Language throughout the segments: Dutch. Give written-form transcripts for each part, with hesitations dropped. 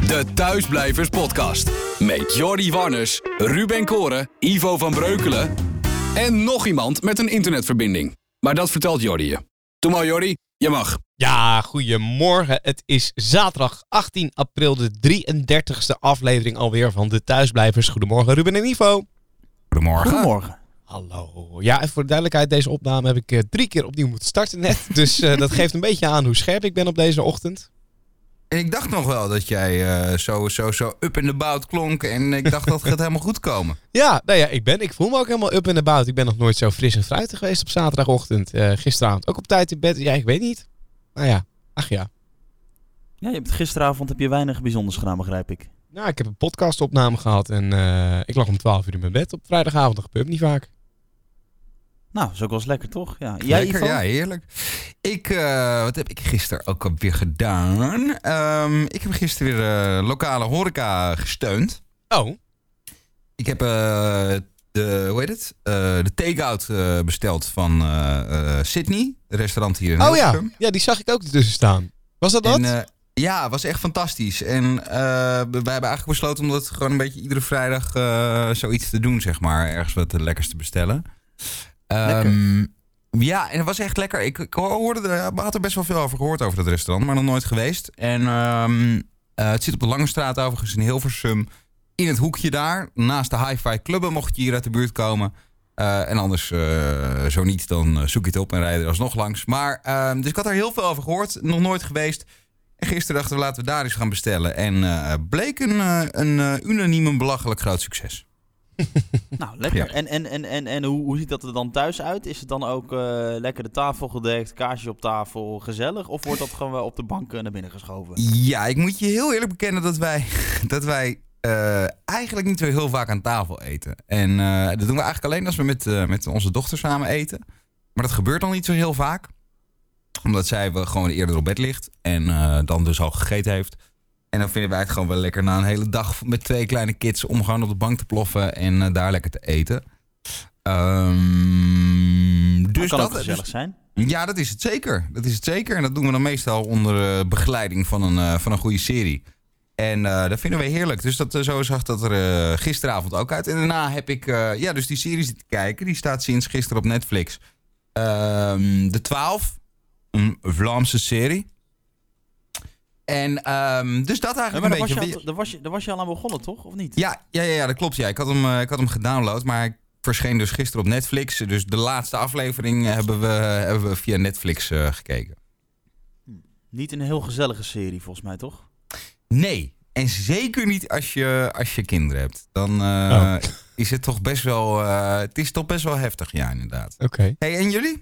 De Thuisblijvers Podcast. Met Jordi Warners, Ruben Koren, Ivo van Breukelen en nog iemand met een internetverbinding. Maar dat vertelt Jordi je. Doe maar, Jordi, je mag. Ja, goedemorgen. Het is zaterdag 18 april, de 33e aflevering alweer van De Thuisblijvers. Goedemorgen, Ruben en Ivo. Goedemorgen. Goedemorgen. Hallo. Ja, en voor de duidelijkheid, deze opname heb ik 3 keer opnieuw moeten starten net. Dus dat geeft een beetje aan hoe scherp ik ben op deze ochtend. En ik dacht nog wel dat jij zo up and about klonk. En ik dacht dat gaat helemaal goed komen. Ja, nou ja, ik voel me ook helemaal up and about. Ik ben nog nooit zo fris en fruitig geweest op zaterdagochtend. Gisteravond ook op tijd in bed. Ja, ik weet niet. Nou ja, ach ja. Ja, gisteravond heb je weinig bijzonders gedaan, begrijp ik. Nou, ik heb een podcastopname gehad en ik lag om 12 uur in mijn bed op vrijdagavond. Dat gebeurt niet vaak. Nou, is ook wel eens lekker, toch? Ja. Jij, Lekker, Ivo? ja, heerlijk. Wat heb ik gisteren ook alweer gedaan? Ik heb gisteren weer lokale horeca gesteund. Oh. Ik heb de take-out besteld van Sydney, het restaurant hier in Hilversum. Ja, die zag ik ook ertussen staan. Was dat wat? En, ja, het was echt fantastisch. En wij hebben eigenlijk besloten om dat gewoon een beetje iedere vrijdag zoiets te doen, zeg maar. Ergens wat lekkers te bestellen. Ja, en het was echt lekker. Ik had er best wel veel over gehoord over dat restaurant, maar nog nooit geweest. En het zit op de Lange Straat overigens in Hilversum. In het hoekje daar, naast de Hi-Fi Clubben, mocht je hier uit de buurt komen. En anders, zo niet, dan zoek je het op en rijden er alsnog langs. Maar, dus ik had er heel veel over gehoord, nog nooit geweest. En gisteren dachten we, laten we daar eens gaan bestellen. En bleek een unaniem een belachelijk groot succes. Nou, lekker. Ja. En hoe ziet dat er dan thuis uit? Is het dan ook lekker de tafel gedekt, kaarsje op tafel, gezellig? Of wordt dat gewoon wel op de bank naar binnen geschoven? Ja, ik moet je heel eerlijk bekennen dat wij eigenlijk niet zo heel vaak aan tafel eten. En dat doen we eigenlijk alleen als we met onze dochter samen eten. Maar dat gebeurt dan niet zo heel vaak. Omdat zij gewoon eerder op bed ligt en dan dus al gegeten heeft. En dan vinden wij het gewoon wel lekker na een hele dag met 2 kleine kids om gewoon op de bank te ploffen en daar lekker te eten. Dus kan ook gezellig zijn. Ja, dat is het zeker. En dat doen we dan meestal onder begeleiding van een goede serie. En dat vinden we heerlijk. Dus zo zag dat er gisteravond ook uit. En daarna heb ik dus die serie zitten kijken. Die staat sinds gisteren op Netflix. De 12. Een Vlaamse serie. En dus dat eigenlijk een beetje... Daar was je al aan begonnen, toch? Of niet? Ja, dat klopt. Ja. Ik had hem gedownload, maar ik verscheen dus gisteren op Netflix. Dus de laatste aflevering hebben we via Netflix gekeken. Niet een heel gezellige serie, volgens mij, toch? Nee, en zeker niet als je kinderen hebt. Dan is het toch best wel... het is toch best wel heftig, ja, inderdaad. Oké. Hey, en jullie?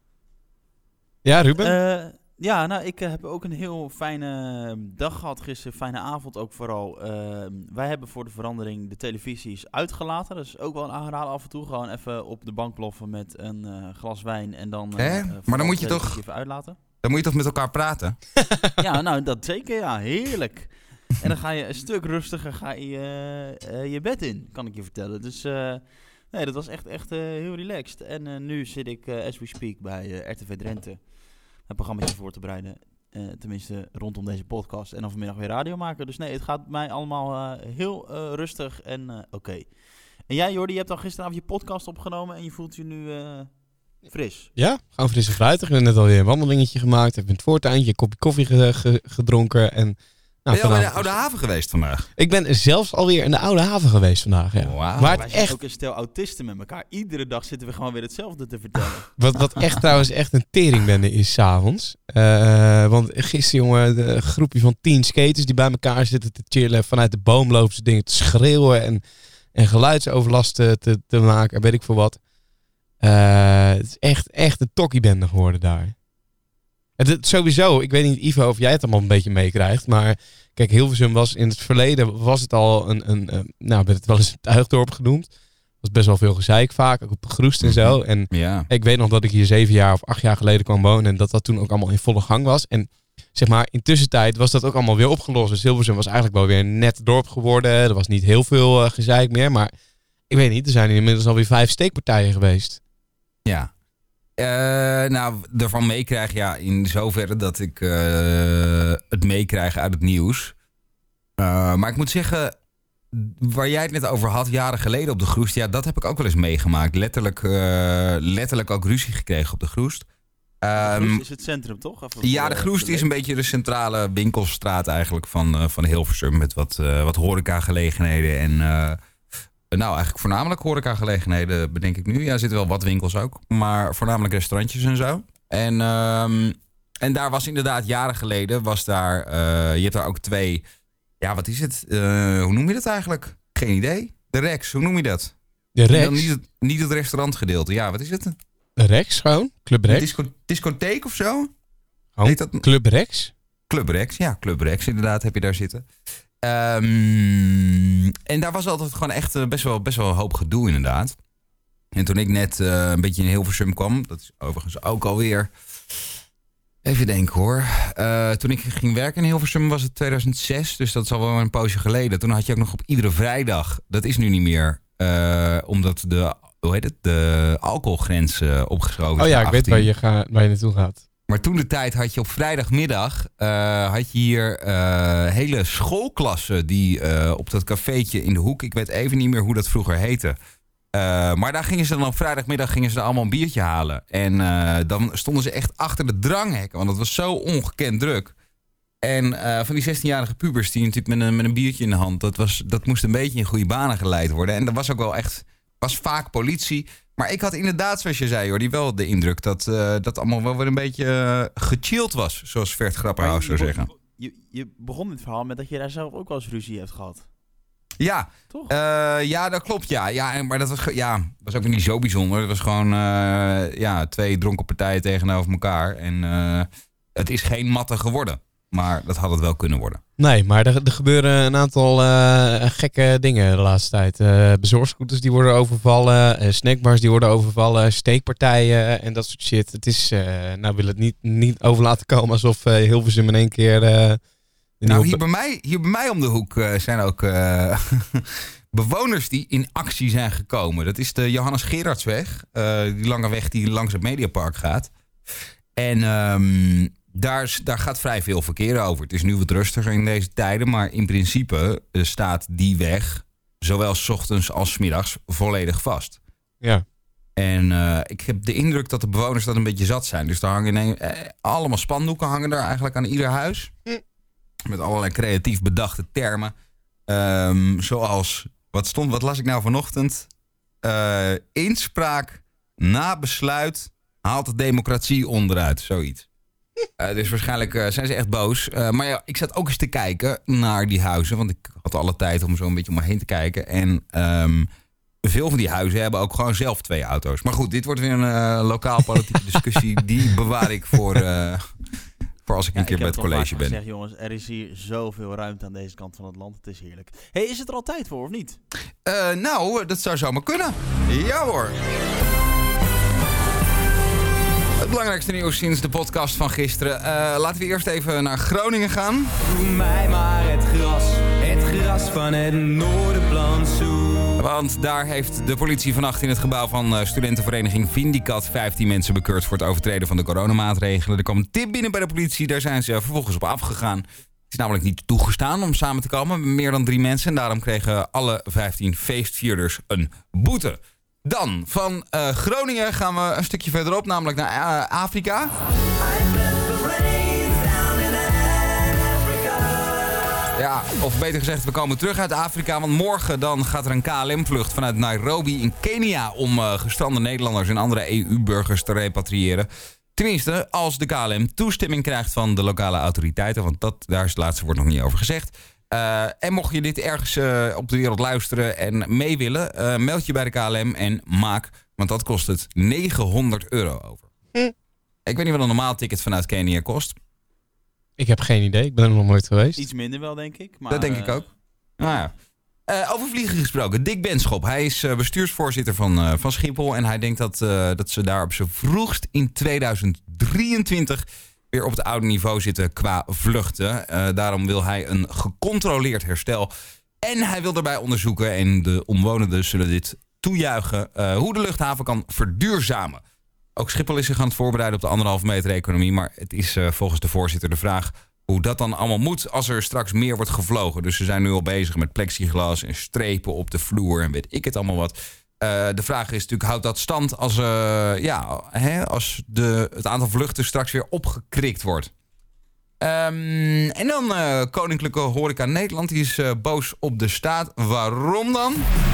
Ja, Ruben? Ja, nou, ik heb ook een heel fijne dag gehad gisteren. Fijne avond ook vooral. Wij hebben voor de verandering de televisies uitgelaten. Dat is ook wel een aanrader af en toe. Gewoon even op de bank ploffen met een glas wijn en dan... Maar dan moet je toch... even uitlaten. Dan moet je toch met elkaar praten? Ja, nou, dat zeker, ja. Heerlijk. En dan ga je een stuk rustiger je bed in, kan ik je vertellen. Dus nee, dat was echt heel relaxed. En nu zit ik, as we speak, bij RTV Drenthe. Een programmaatje voor te bereiden. Tenminste, rondom deze podcast. En dan vanmiddag weer radio maken. Dus nee, het gaat mij allemaal heel rustig en oké. En jij, Jordi, je hebt dan gisteravond je podcast opgenomen en je voelt je nu fris. Ja, gewoon fris en fruitig. We hebben net alweer een wandelingetje gemaakt. Hebben in het voortuintje een kopje koffie gedronken. En, ben je al bij de Oude Haven geweest vandaag? Ik ben zelfs alweer in de Oude Haven geweest vandaag. Ja. Wow. Maar Wij zijn ook een stel autisten met elkaar. Iedere dag zitten we gewoon weer hetzelfde te vertellen. Wat echt trouwens echt een teringbende is 's avonds. Want gisteren, jongen, een groepje van 10 skaters die bij elkaar zitten te chillen. Vanuit de boom lopen ze dingen te schreeuwen en geluidsoverlast te maken. Weet ik veel wat. Het is echt een tokkiebende geworden daar. Sowieso, ik weet niet, Ivo, of jij het allemaal een beetje meekrijgt. Maar kijk, Hilversum was in het verleden was het al werd het wel eens een tuigdorp genoemd. Was best wel veel gezeik vaak, ook op de Groest en zo. En ja. Ik weet nog dat ik hier 7 jaar of 8 jaar geleden kwam wonen. En dat toen ook allemaal in volle gang was. En zeg maar, in tussentijd was dat ook allemaal weer opgelost. Dus Hilversum was eigenlijk wel weer een net dorp geworden. Er was niet heel veel gezeik meer. Maar ik weet niet, er zijn inmiddels alweer 5 steekpartijen geweest. Ja. Ervan meekrijg, ja, in zoverre dat ik het meekrijg uit het nieuws. Maar ik moet zeggen, waar jij het net over had, jaren geleden op de Groest, ja, dat heb ik ook wel eens meegemaakt. Letterlijk ook ruzie gekregen op de Groest. De Groest is het centrum, toch? Ja, de Groest is een beetje de centrale winkelstraat eigenlijk van Hilversum. Met wat horecagelegenheden en eigenlijk voornamelijk horecagelegenheden, bedenk ik nu. Ja, er zitten wel wat winkels ook, maar voornamelijk restaurantjes en zo. En daar was inderdaad jaren geleden, je hebt daar ook 2, ja, wat is het? Hoe noem je dat eigenlijk? Geen idee. De Rex, hoe noem je dat? De Rex? Niet het restaurantgedeelte. Ja, wat is het? De Rex gewoon? Club Rex? Discotheek of zo? Heet dat Club Rex? Club Rex, ja. Club Rex inderdaad heb je daar zitten. En daar was altijd gewoon echt best wel een hoop gedoe inderdaad. En toen ik net een beetje in Hilversum kwam, dat is overigens ook alweer... Even denken hoor. Toen ik ging werken in Hilversum was het 2006, dus dat is al wel een poosje geleden. Toen had je ook nog op iedere vrijdag, dat is nu niet meer, omdat de alcoholgrens opgeschoven is. Oh ja, ik 18. weet waar je naartoe gaat. Maar toen de tijd had je op vrijdagmiddag had je hier hele schoolklassen die op dat cafeetje in de hoek, ik weet even niet meer hoe dat vroeger heette. Maar daar gingen ze dan op vrijdagmiddag allemaal een biertje halen. En dan stonden ze echt achter de dranghekken, want het was zo ongekend druk. En van die 16-jarige pubers die natuurlijk met een biertje in de hand, dat moest een beetje in goede banen geleid worden. En er was ook wel echt, was vaak politie. Maar ik had inderdaad, zoals je zei, hoor, die wel de indruk dat allemaal wel weer een beetje gechilled was, zoals Vert Grapperhaus zou zeggen. Je begon dit verhaal met dat je daar zelf ook wel eens ruzie hebt gehad. Ja, toch? Ja, dat klopt, ja. Maar dat was ook niet zo bijzonder. Het was gewoon 2 dronken partijen tegenover elkaar. En het is geen matte geworden. Maar dat had het wel kunnen worden. Nee, maar er gebeuren een aantal gekke dingen de laatste tijd. Bezorgscooters die worden overvallen. Snackbars die worden overvallen. Steekpartijen en dat soort shit. Het is, wil het niet over laten komen alsof Hilversum in één keer... hier bij mij om de hoek zijn ook bewoners die in actie zijn gekomen. Dat is de Johannes Gerardsweg. Die lange weg die langs het Mediapark gaat. En daar gaat vrij veel verkeer over. Het is nu wat rustiger in deze tijden. Maar in principe staat die weg, zowel 's ochtends als 's middags, volledig vast. Ja. En ik heb de indruk dat de bewoners dat een beetje zat zijn. Dus daar hangen allemaal spandoeken hangen daar eigenlijk aan ieder huis. Met allerlei creatief bedachte termen. Zoals, wat las ik nou vanochtend? Inspraak na besluit haalt de democratie onderuit. Zoiets. Dus waarschijnlijk zijn ze echt boos. Maar ja, ik zat ook eens te kijken naar die huizen. Want ik had alle tijd om zo een beetje om me heen te kijken. En veel van die huizen hebben ook gewoon zelf 2 auto's. Maar goed, dit wordt weer een lokaal politieke discussie. Die bewaar ik voor als ik een keer bij het college ben. Gezegd, jongens, er is hier zoveel ruimte aan deze kant van het land. Het is heerlijk. Hey, is het er al tijd voor of niet? Dat zou zomaar kunnen. Ja hoor. Het belangrijkste nieuws sinds de podcast van gisteren. Laten we eerst even naar Groningen gaan. Doe mij maar het gras van het Noorderplantsoen. Want daar heeft de politie vannacht in het gebouw van studentenvereniging Vindicat 15 mensen bekeurd voor het overtreden van de coronamaatregelen. Er kwam een tip binnen bij de politie, daar zijn ze vervolgens op afgegaan. Het is namelijk niet toegestaan om samen te komen met meer dan 3 mensen. En daarom kregen alle 15 feestvierders een boete. Dan, van Groningen gaan we een stukje verderop, namelijk naar Afrika. Ja, of beter gezegd, we komen terug uit Afrika. Want morgen dan gaat er een KLM-vlucht vanuit Nairobi in Kenia om gestrande Nederlanders en andere EU-burgers te repatriëren. Tenminste, als de KLM toestemming krijgt van de lokale autoriteiten. Want daar is het laatste woord nog niet over gezegd. En mocht je dit ergens op de wereld luisteren en mee willen, meld je bij de KLM en maak, want dat kost het €900 over. Ik weet niet wat een normaal ticket vanuit Kenia kost. Ik heb geen idee, ik ben er nog nooit geweest. Iets minder wel, denk ik. Maar, dat denk ik ook. Nou ja. Over vliegen gesproken, Dick Benschop. Hij is bestuursvoorzitter van Schiphol. En hij denkt dat ze daar op z'n vroegst in 2023 weer op het oude niveau zitten qua vluchten. Daarom wil hij een gecontroleerd herstel. En hij wil daarbij onderzoeken, en de omwonenden zullen dit toejuichen, hoe de luchthaven kan verduurzamen. Ook Schiphol is zich aan het voorbereiden op de 1,5 meter economie. Maar het is volgens de voorzitter de vraag hoe dat dan allemaal moet als er straks meer wordt gevlogen. Dus ze zijn nu al bezig met plexiglas en strepen op de vloer en weet ik het allemaal wat. De vraag is natuurlijk, houdt dat stand als het aantal vluchten straks weer opgekrikt wordt? En dan Koninklijke Horeca Nederland, die is boos op de staat. Waarom dan?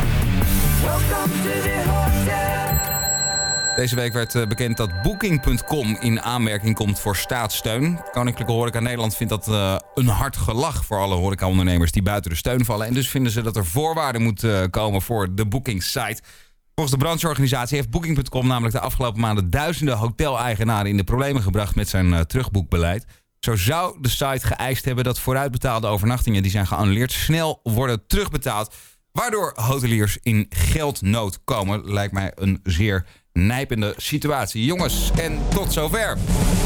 Deze week werd bekend dat Booking.com in aanmerking komt voor staatssteun. Koninklijke Horeca Nederland vindt dat een hard gelach voor alle horecaondernemers die buiten de steun vallen. En dus vinden ze dat er voorwaarden moeten komen voor de Booking-site. Volgens de brancheorganisatie heeft Booking.com namelijk de afgelopen maanden duizenden hoteleigenaren in de problemen gebracht met zijn terugboekbeleid. Zo zou de site geëist hebben dat vooruitbetaalde overnachtingen die zijn geannuleerd snel worden terugbetaald. Waardoor hoteliers in geldnood komen. Lijkt mij een zeer nijpende situatie. Jongens, en tot zover.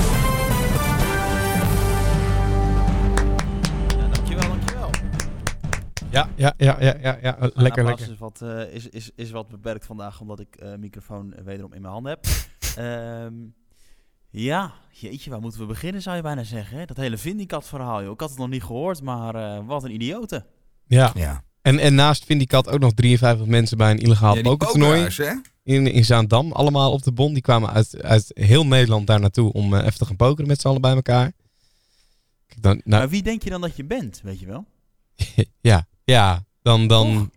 Ja, dankjewel. Ja. Lekker. Is wat beperkt vandaag, omdat ik microfoon wederom in mijn handen heb. Ja, jeetje, waar moeten we beginnen, zou je bijna zeggen. Hè? Dat hele Vindicat verhaal, joh. Ik had het nog niet gehoord, maar wat een idiote. Ja. En naast Vindicat ook nog 53 mensen bij een illegaal pokertoernooi in Zaandam. Allemaal op de bon. Die kwamen uit heel Nederland daar naartoe om even te gaan pokeren met z'n allen bij elkaar. Kijk dan, Maar wie denk je dan dat je bent, weet je wel? Dan.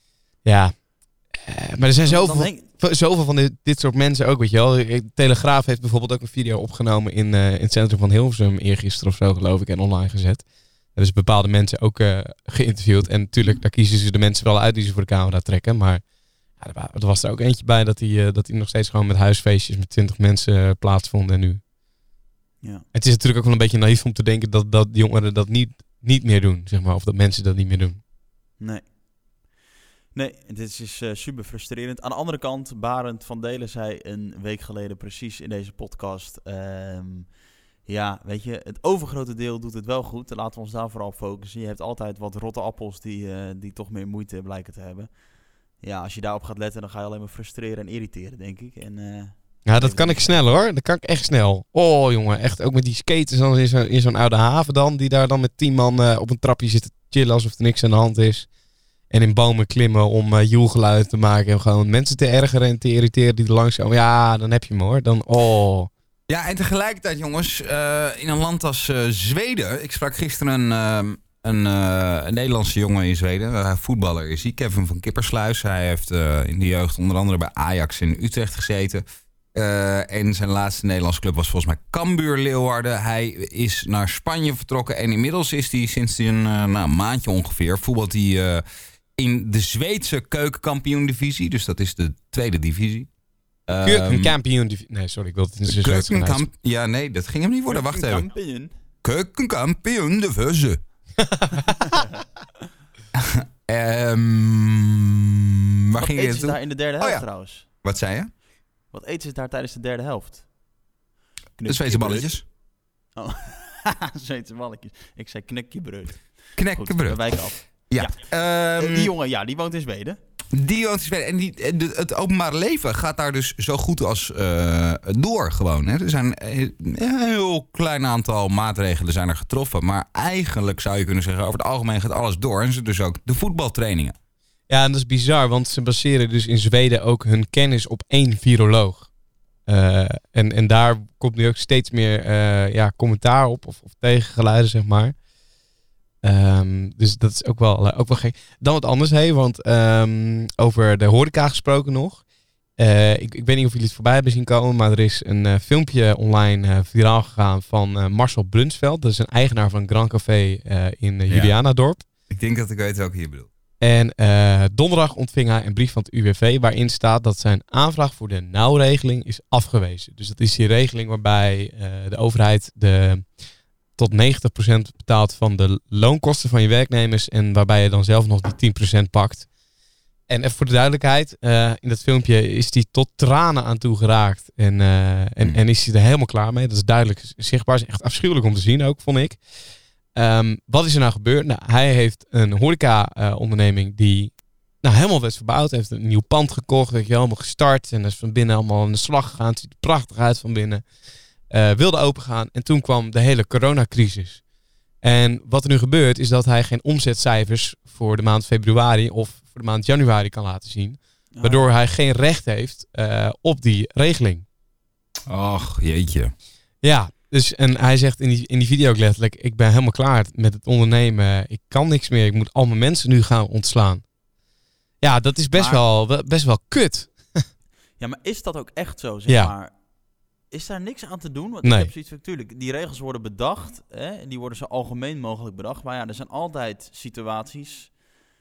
Maar er zijn zoveel van dit soort mensen ook, weet je wel. Telegraaf heeft bijvoorbeeld ook een video opgenomen in het centrum van Hilversum eergisteren of zo, geloof ik, en online gezet. Er is bepaalde mensen ook geïnterviewd. En natuurlijk, daar kiezen ze de mensen wel uit die ze voor de camera trekken. Maar er was er ook eentje bij dat hij nog steeds gewoon met huisfeestjes met 20 mensen plaatsvond. En nu. Ja. Het is natuurlijk ook wel een beetje naïef om te denken dat jongeren dat niet meer doen, zeg maar. Of dat mensen dat niet meer doen. Nee, dit is super frustrerend. Aan de andere kant, Barend van Delen zei een week geleden precies in deze podcast... Ja, weet je, het overgrote deel doet het wel goed. Laten we ons daar vooral op focussen. Je hebt altijd wat rotte appels die toch meer moeite blijken te hebben. Ja, als je daarop gaat letten, dan ga je alleen maar frustreren en irriteren, denk ik. Dat kan ik snel, hoor. Dat kan ik echt snel. Oh, jongen, echt ook met die skaters dan in zo'n oude haven dan. Die daar dan met 10 man op een trapje zitten chillen alsof er niks aan de hand is. En in bomen klimmen om joelgeluiden te maken. En gewoon mensen te ergeren en te irriteren die er langs komen. Ja, dan heb je hem, hoor. Dan, oh... Ja, en tegelijkertijd, jongens, in een land als Zweden. Ik sprak gisteren een Nederlandse jongen in Zweden. Voetballer is hij, Kevin van Kippersluis. Hij heeft in de jeugd onder andere bij Ajax in Utrecht gezeten. En zijn laatste Nederlandse club was volgens mij Cambuur Leeuwarden. Hij is naar Spanje vertrokken. En inmiddels is hij sinds een maandje ongeveer... voetbalt hij in de Zweedse keukenkampioen-divisie. Dus dat is de tweede divisie. Keukenkampioen. Nee, sorry, ik wilde het in zijn Zweeds gaan uitzien. Ja, nee, dat ging hem niet worden. Wacht even. Keukenkampioen de Veuze. Wat eten ze daar in de derde helft trouwens? Wat zei je? Wat eten ze daar tijdens de derde helft? De Zweedse balletjes. Oh, Zweedse balletjes. Ik zei knekjebreud. Knekjebreud. We wijken af. Ja. Die jongen, die woont in Zweden. Die woont in Zweden. En het openbare leven gaat daar dus zo goed als door gewoon. Hè. Er zijn een heel klein aantal maatregelen zijn er getroffen. Maar eigenlijk zou je kunnen zeggen, over het algemeen gaat alles door. En ze dus ook de voetbaltrainingen. Ja, en dat is bizar, want ze baseren dus in Zweden ook hun kennis op 1 viroloog. En daar komt nu ook steeds meer commentaar op of tegengeluiden, zeg maar. Dus dat is ook wel gek. Dan wat anders, want over de horeca gesproken nog. Ik weet niet of jullie het voorbij hebben zien komen, maar er is een filmpje online viraal gegaan van Marcel Brunsveld. Dat is een eigenaar van Grand Café in Julianadorp. Ik denk dat ik weet welke je bedoelt. En donderdag ontving hij een brief van het UWV waarin staat dat zijn aanvraag voor de nauwregeling is afgewezen. Dus dat is die regeling waarbij de overheid tot 90% betaalt van de loonkosten van je werknemers en waarbij je dan zelf nog die 10% pakt. En even voor de duidelijkheid, in dat filmpje is hij tot tranen aan toe geraakt en is hij er helemaal klaar mee. Dat is duidelijk zichtbaar, is echt afschuwelijk om te zien ook, vond ik. Wat is er nou gebeurd? Nou, hij heeft een horeca-onderneming die helemaal werd verbouwd. Hij heeft een nieuw pand gekocht, weet je, helemaal gestart. En is van binnen allemaal aan de slag gegaan. Het ziet er prachtig uit van binnen. Wilde open gaan. En toen kwam de hele coronacrisis. En wat er nu gebeurt is dat hij geen omzetcijfers voor de maand februari of voor de maand januari kan laten zien. Waardoor hij geen recht heeft op die regeling. Och, jeetje. Ja, dus en hij zegt in die video ook letterlijk, ik ben helemaal klaar met het ondernemen. Ik kan niks meer. Ik moet al mijn mensen nu gaan ontslaan. Ja, dat is best wel kut. Ja, maar is dat ook echt zo, zeg maar? Is daar niks aan te doen? Want ik heb zoiets van, natuurlijk, die regels worden bedacht. En die worden zo algemeen mogelijk bedacht. Maar ja, er zijn altijd situaties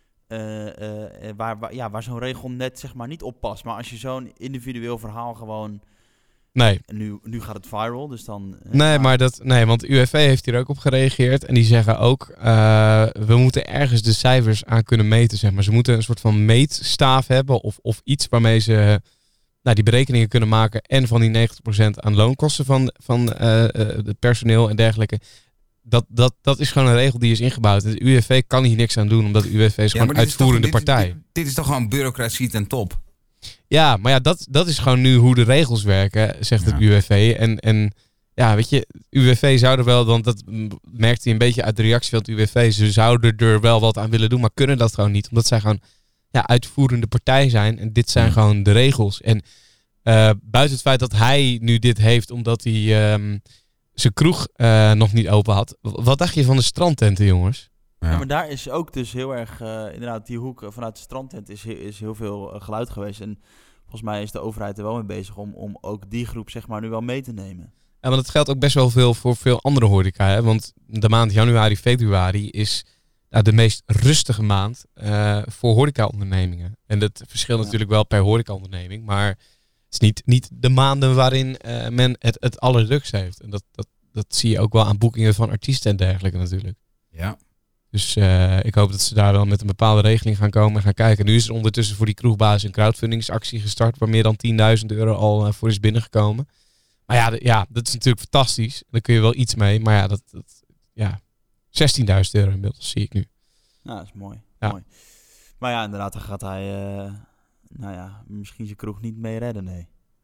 waar zo'n regel net, zeg maar, niet op past. Maar als je zo'n individueel verhaal gewoon... Nee. Nu gaat het viral, dus dan... want UWV heeft hier ook op gereageerd. En die zeggen ook, we moeten ergens de cijfers aan kunnen meten, zeg maar. Ze moeten een soort van meetstaaf hebben of iets waarmee ze die berekeningen kunnen maken. En van die 90% aan loonkosten van het personeel en dergelijke. Dat is gewoon een regel die is ingebouwd. De UWV kan hier niks aan doen, omdat de UWV is gewoon een uitvoerende partij. Dit is toch gewoon bureaucratie ten top? Ja, maar ja, dat is gewoon nu hoe de regels werken, zegt het UWV. En ja, weet je, UWV zou er wel, want dat merkte hij een beetje uit de reactie van het UWV. Ze zouden er wel wat aan willen doen, maar kunnen dat gewoon niet. Omdat zij gewoon uitvoerende partij zijn. En dit zijn gewoon de regels. En buiten het feit dat hij nu dit heeft, omdat hij zijn kroeg nog niet open had. Wat dacht je van de strandtenten, jongens? Ja, maar daar is ook dus heel erg, inderdaad, die hoek vanuit de strandtent is heel veel geluid geweest. En volgens mij is de overheid er wel mee bezig om ook die groep, zeg maar, nu wel mee te nemen. Ja, want het geldt ook best wel veel voor veel andere horeca. Hè? Want de maand januari, februari is de meest rustige maand voor horecaondernemingen. En dat verschilt natuurlijk wel per horecaonderneming. Maar het is niet de maanden waarin men het allerdrukst heeft. En dat zie je ook wel aan boekingen van artiesten en dergelijke natuurlijk. Ja. Dus ik hoop dat ze daar wel met een bepaalde regeling gaan komen en gaan kijken. Nu is er ondertussen voor die kroegbaas een crowdfundingsactie gestart waar meer dan €10.000 al voor is binnengekomen. Maar ja, dat is natuurlijk fantastisch. Daar kun je wel iets mee. Maar ja, €16.000 inmiddels zie ik nu. Ja, dat is mooi. Ja. Mooi. Maar ja, inderdaad, dan gaat hij misschien zijn kroeg niet mee redden, nee.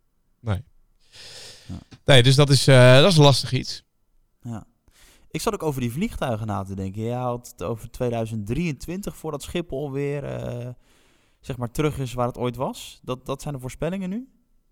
Nee, dus dat is een lastig iets. Ja. Ik zat ook over die vliegtuigen na te denken. Jij had het over 2023 voordat Schiphol weer zeg maar terug is waar het ooit was. Dat zijn de voorspellingen nu?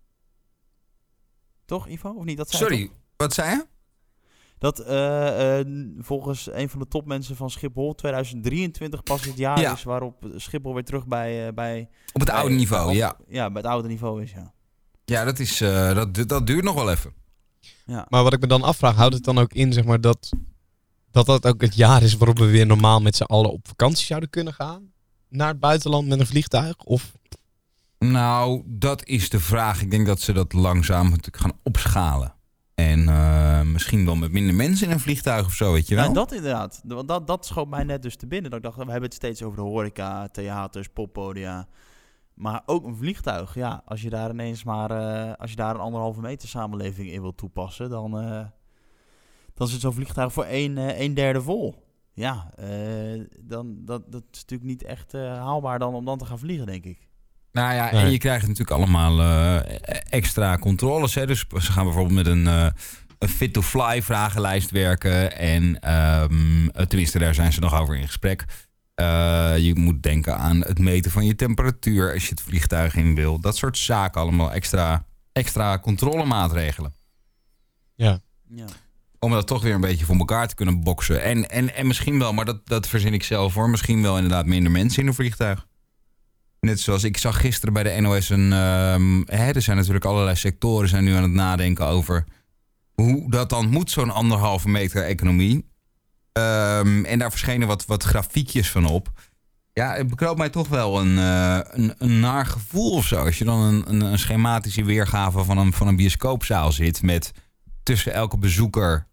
Toch, Ivo? Of niet? Sorry, wat zei je? Dat volgens een van de topmensen van Schiphol 2023 pas het jaar is waarop Schiphol weer terug bij op het oude niveau, ja. Ja, bij het oude niveau is, ja. Ja, dat is dat duurt nog wel even. Ja. Maar wat ik me dan afvraag, houdt het dan ook in, zeg maar, dat ook het jaar is waarop we weer normaal met z'n allen op vakantie zouden kunnen gaan? Naar het buitenland met een vliegtuig? Of... Nou, dat is de vraag. Ik denk dat ze dat langzaam natuurlijk gaan opschalen. En misschien wel met minder mensen in een vliegtuig of zo, weet je wel? Ja, dat inderdaad. Dat schoot mij net dus te binnen. Dat ik dacht, we hebben het steeds over de horeca, theaters, poppodia. Maar ook een vliegtuig, ja. Als je daar ineens maar als je daar een 1,5 meter samenleving in wil toepassen, dan zit zo'n vliegtuig voor een derde vol. Ja, dat is natuurlijk niet echt haalbaar dan om dan te gaan vliegen, denk ik. Nou ja, en je krijgt natuurlijk allemaal extra controles. Hè? Dus ze gaan bijvoorbeeld met een fit-to-fly vragenlijst werken. En tenminste, daar zijn ze nog over in gesprek. Je moet denken aan het meten van je temperatuur als je het vliegtuig in wil. Dat soort zaken allemaal extra controlemaatregelen. Ja. Om dat toch weer een beetje voor elkaar te kunnen boksen. En misschien wel, maar dat verzin ik zelf hoor. Misschien wel inderdaad minder mensen in een vliegtuig. Net zoals ik zag gisteren bij de NOS er zijn natuurlijk allerlei sectoren zijn nu aan het nadenken over hoe dat dan moet, zo'n 1,5 meter economie. En daar verschenen wat grafiekjes van op. Ja, het bekroop mij toch wel een naar gevoel of zo. Als je dan een schematische weergave van een bioscoopzaal zit met tussen elke bezoeker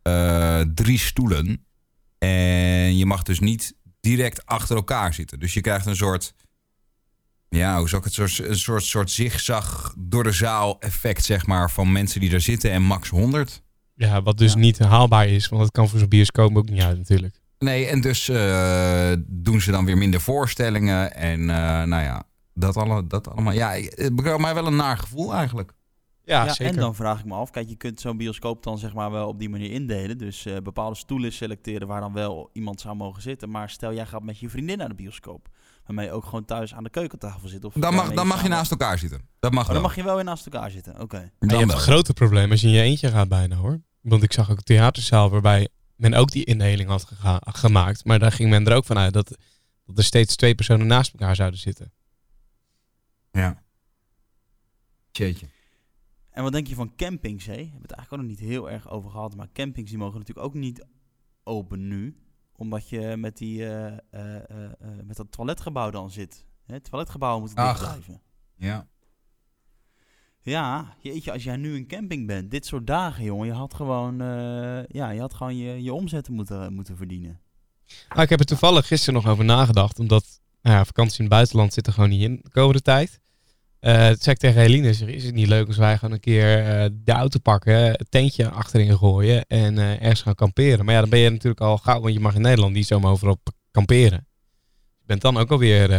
3 stoelen. En je mag dus niet direct achter elkaar zitten. Dus je krijgt een soort... Ja, hoe zou ik het? Een soort zigzag door de zaal effect, zeg maar, van mensen die daar zitten en max 100. Ja, wat dus niet haalbaar is, want dat kan voor zo'n bioscoop ook niet uit natuurlijk. Nee, en dus doen ze dan weer minder voorstellingen en dat allemaal. Ja, het bekroop mij wel een naar gevoel eigenlijk. Ja, zeker. En dan vraag ik me af, kijk, je kunt zo'n bioscoop dan zeg maar wel op die manier indelen. Dus bepaalde stoelen selecteren waar dan wel iemand zou mogen zitten. Maar stel, jij gaat met je vriendin naar de bioscoop. Waarmee je ook gewoon thuis aan de keukentafel zit. Of Dan mag je naast elkaar zitten. Dat mag dan wel. mag je wel weer naast elkaar zitten, oké. Maar Dan je hebt wel. een groter probleem als je in je eentje gaat bijna, hoor. Want ik zag ook een theaterzaal waarbij men ook die indeling had gemaakt. Maar daar ging men er ook van uit dat er steeds 2 personen naast elkaar zouden zitten. Ja. Jeetje. En wat denk je van campings, hè? We hebben het eigenlijk ook nog niet heel erg over gehad. Maar campings die mogen natuurlijk ook niet open nu. Omdat je met dat toiletgebouw dan zit. Het toiletgebouw moet dicht blijven. Ja. Ja, jeetje, als jij nu een camping bent, dit soort dagen, jongen, je had gewoon je omzetten moeten verdienen. Nou, ik heb er toevallig gisteren nog over nagedacht, omdat vakantie in het buitenland zit er gewoon niet in de komende tijd. Toen zei ik tegen Eline, is het niet leuk als wij gewoon een keer de auto pakken, het tentje achterin gooien en ergens gaan kamperen. Maar ja, dan ben je natuurlijk al gauw, want je mag in Nederland niet zomaar overal kamperen. Je bent dan ook alweer,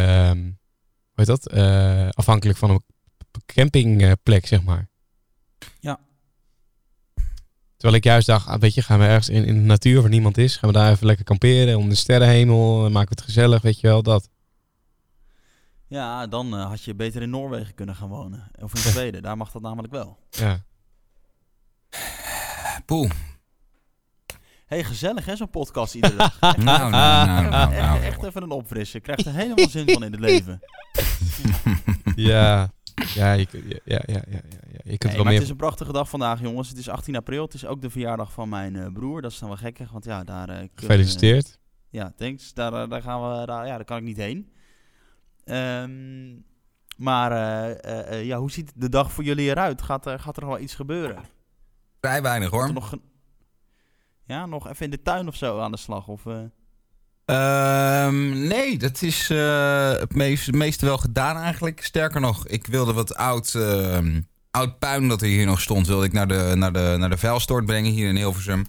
afhankelijk van een campingplek, zeg maar. Ja. Terwijl ik juist dacht, gaan we ergens in de natuur waar niemand is, gaan we daar even lekker kamperen onder de sterrenhemel, maken we het gezellig, weet je wel, dat. Ja, dan had je beter in Noorwegen kunnen gaan wonen. Of in Zweden, daar mag dat namelijk wel. Ja. Poeh. Hey, gezellig hè, zo'n podcast iedere dag. Nou. Echt even een opfrissen. Krijgt er helemaal zin van in het leven. Ja, je kunt wel Maar meer. het is een prachtige dag vandaag, jongens. Het is 18 april. Het is ook de verjaardag van mijn broer. Dat is dan wel gekkig, want ja, daar... Gefeliciteerd. Ja, thanks. Daar gaan we... Daar kan ik niet heen. Maar hoe ziet de dag voor jullie eruit? Gaat er nog wel iets gebeuren? Vrij weinig hoor. Nog even in de tuin of zo aan de slag? Of, nee, dat is het meeste wel gedaan eigenlijk. Sterker nog, ik wilde wat oud puin dat er hier nog stond, wilde ik naar de vuilstort brengen hier in Hilversum.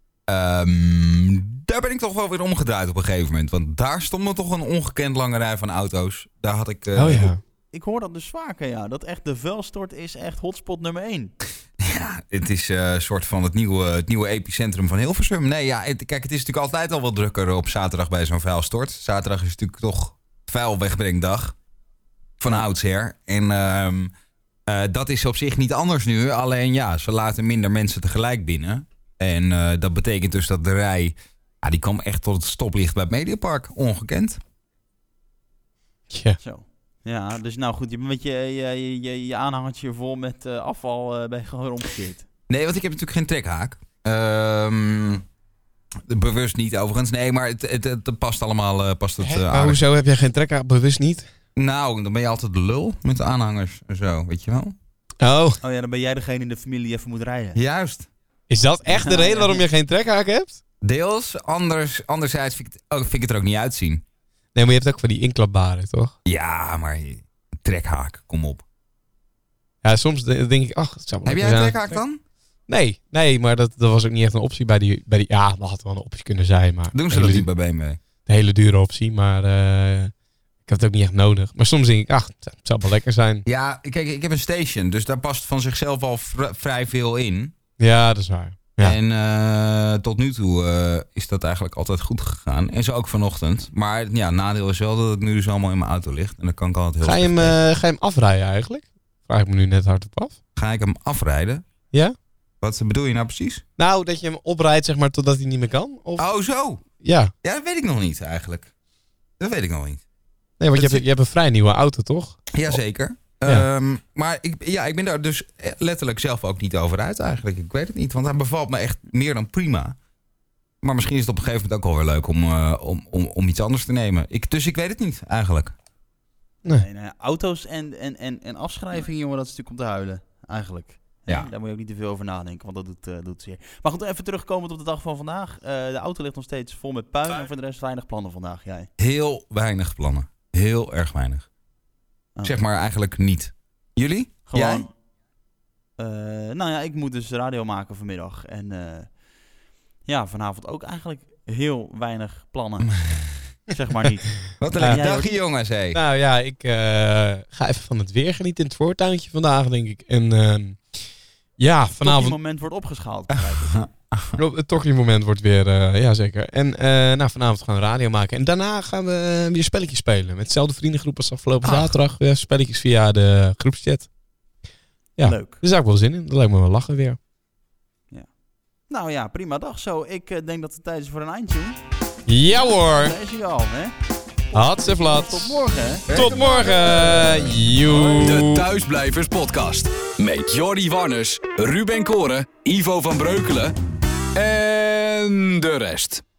Daar ben ik toch wel weer omgedraaid op een gegeven moment. Want daar stond er toch een ongekend lange rij van auto's. Daar had ik... Ik hoor dat dus vaker, ja. Dat echt de vuilstort is echt hotspot nummer 1. Ja, het is een soort van het nieuwe epicentrum van Hilversum. Nee, ja, kijk, het is natuurlijk altijd al wat drukker op zaterdag bij zo'n vuilstort. Zaterdag is natuurlijk toch vuilwegbrengdag. Van oudsher. En dat is op zich niet anders nu. Alleen ja, ze laten minder mensen tegelijk binnen. En dat betekent dus dat de rij... Ja, die kwam echt tot het stoplicht bij het Mediapark. Ongekend. Ja. Zo. Ja, dus nou goed, je bent met je aanhangertje vol met afval ben je gewoon omgekeerd. Nee, want ik heb natuurlijk geen trekhaak. Bewust niet overigens. Nee, maar het past allemaal Maar aardig. hoezo heb jij geen trekker? Bewust niet? Nou, dan ben je altijd de lul met de aanhangers en zo, weet je wel? Oh, Oh ja, dan ben jij degene in de familie die even moet rijden. Juist. is dat echt de reden waarom je geen trekhaak hebt? Deels. Anderzijds vind ik het er ook niet uitzien. Nee, maar je hebt ook van die inklapbaren, toch? Ja, maar trekhaak, kom op. Ja, soms denk ik, ach, het zou wel Heb jij lekker een zijn. trekhaak dan? Nee, maar dat was ook niet echt een optie bij die... Ja, dat had wel een optie kunnen zijn, maar... Doen ze dat niet bij BMW? Een hele dure optie, maar ik heb het ook niet echt nodig. Maar soms denk ik, ach, het zou wel lekker zijn. Ja, kijk, ik heb een station, dus daar past van zichzelf al vrij veel in. Ja, dat is waar. Ja. En tot nu toe is dat eigenlijk altijd goed gegaan. En zo ook vanochtend. Maar ja, het nadeel is wel dat het nu dus allemaal in mijn auto ligt. En dan kan ik altijd heel Ga je slecht hem afrijden eigenlijk? Vraag ik me nu net hardop af. Ga ik hem afrijden? Ja? Wat bedoel je nou precies? Nou, dat je hem oprijdt, zeg maar, totdat hij niet meer kan? Of... Oh, zo. Ja. Ja, dat weet ik nog niet eigenlijk. Dat weet ik nog niet. Nee, want je hebt een vrij nieuwe auto, toch? Jazeker. Ja. Maar ik ben daar dus letterlijk zelf ook niet over uit eigenlijk. Ik weet het niet, want hij bevalt me echt meer dan prima. Maar misschien is het op een gegeven moment ook wel weer leuk om iets anders te nemen. Dus ik weet het niet eigenlijk. Nee, auto's en afschrijving, jongen, dat is natuurlijk om te huilen, eigenlijk. Ja. Daar moet je ook niet te veel over nadenken, want dat doet zeer. Maar goed, even terugkomend op de dag van vandaag. De auto ligt nog steeds vol met puin en voor de rest weinig plannen vandaag, jij. Heel weinig plannen. Heel erg weinig. Oh. Zeg maar eigenlijk niet. Jullie? Gewoon. Nou ja, ik moet dus radio maken vanmiddag. En vanavond ook eigenlijk heel weinig plannen. Zeg maar niet. Wat een lekker jij, dagje, jongens. Hey. Nou ja, ik ga even van het weer genieten in het voortuintje vandaag, denk ik. En Ja, Het vanavond moment wordt opgeschaald. begrijp ik. het Tokkie-moment wordt weer... ja, zeker. En vanavond gaan we radio maken. En daarna gaan we weer spelletjes spelen. Met dezelfde vriendengroep als afgelopen zaterdag. Weer spelletjes via de groepschat. Ja, Leuk. daar zou ik wel zin in. Dat lijkt me wel lachen weer. Nou ja, prima dag zo. Ik denk dat het tijd is voor een eindtune. Ja hoor! Daar is hij al, hè? Hatseflat. Tot morgen, hè? Tot morgen! Joe. De Thuisblijvers podcast. Met Jordi Warners, Ruben Koren, Ivo van Breukelen en de rest.